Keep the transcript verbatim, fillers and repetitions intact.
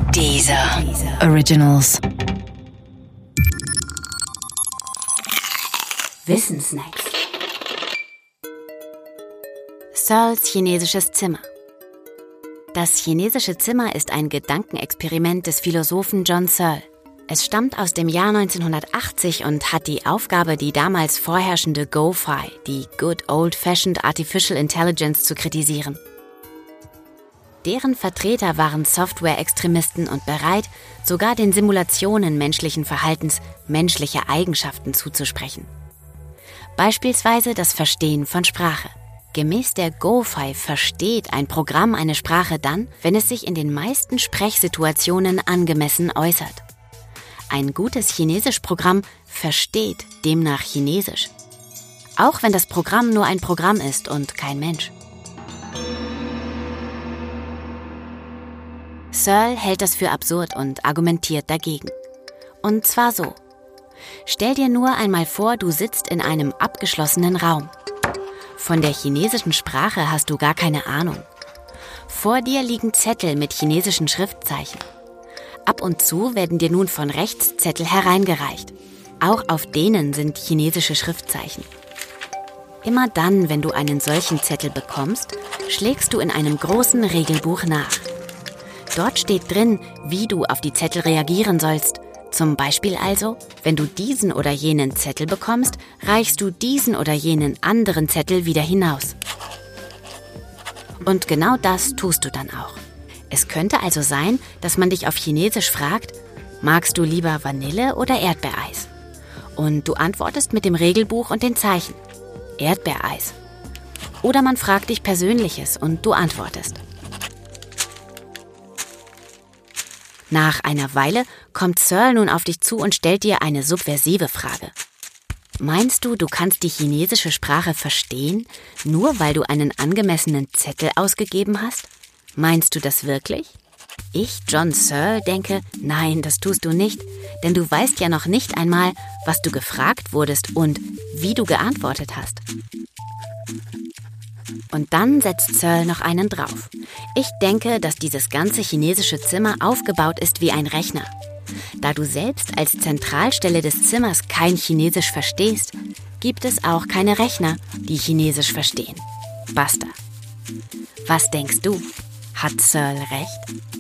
Deezer Originals. Wissensnacks. Searles chinesisches Zimmer. Das chinesische Zimmer ist ein Gedankenexperiment des Philosophen John Searle. Es stammt aus dem Jahr neunzehnhundertachtzig und hat die Aufgabe, die damals vorherrschende Go-Fi, die Good Old-Fashioned Artificial Intelligence, zu kritisieren. Deren Vertreter waren Software-Extremisten und bereit, sogar den Simulationen menschlichen Verhaltens menschliche Eigenschaften zuzusprechen. Beispielsweise das Verstehen von Sprache. Gemäß der Go-Fi versteht ein Programm eine Sprache dann, wenn es sich in den meisten Sprechsituationen angemessen äußert. Ein gutes Chinesisch-Programm versteht demnach Chinesisch. Auch wenn das Programm nur ein Programm ist und kein Mensch. Searle hält das für absurd und argumentiert dagegen. Und zwar so. Stell dir nur einmal vor, du sitzt in einem abgeschlossenen Raum. Von der chinesischen Sprache hast du gar keine Ahnung. Vor dir liegen Zettel mit chinesischen Schriftzeichen. Ab und zu werden dir nun von rechts Zettel hereingereicht. Auch auf denen sind chinesische Schriftzeichen. Immer dann, wenn du einen solchen Zettel bekommst, schlägst du in einem großen Regelbuch nach. Dort steht drin, wie du auf die Zettel reagieren sollst. Zum Beispiel also, wenn du diesen oder jenen Zettel bekommst, reichst du diesen oder jenen anderen Zettel wieder hinaus. Und genau das tust du dann auch. Es könnte also sein, dass man dich auf Chinesisch fragt, magst du lieber Vanille oder Erdbeereis? Und du antwortest mit dem Regelbuch und den Zeichen, Erdbeereis. Oder man fragt dich Persönliches und du antwortest. Nach einer Weile kommt Searle nun auf dich zu und stellt dir eine subversive Frage. Meinst du, du kannst die chinesische Sprache verstehen, nur weil du einen angemessenen Zettel ausgegeben hast? Meinst du das wirklich? Ich, John Searle, denke, nein, das tust du nicht, denn du weißt ja noch nicht einmal, was du gefragt wurdest und wie du geantwortet hast. Und dann setzt Searle noch einen drauf. Ich denke, dass dieses ganze chinesische Zimmer aufgebaut ist wie ein Rechner. Da du selbst als Zentralstelle des Zimmers kein Chinesisch verstehst, gibt es auch keine Rechner, die Chinesisch verstehen. Basta. Was denkst du? Hat Searle recht?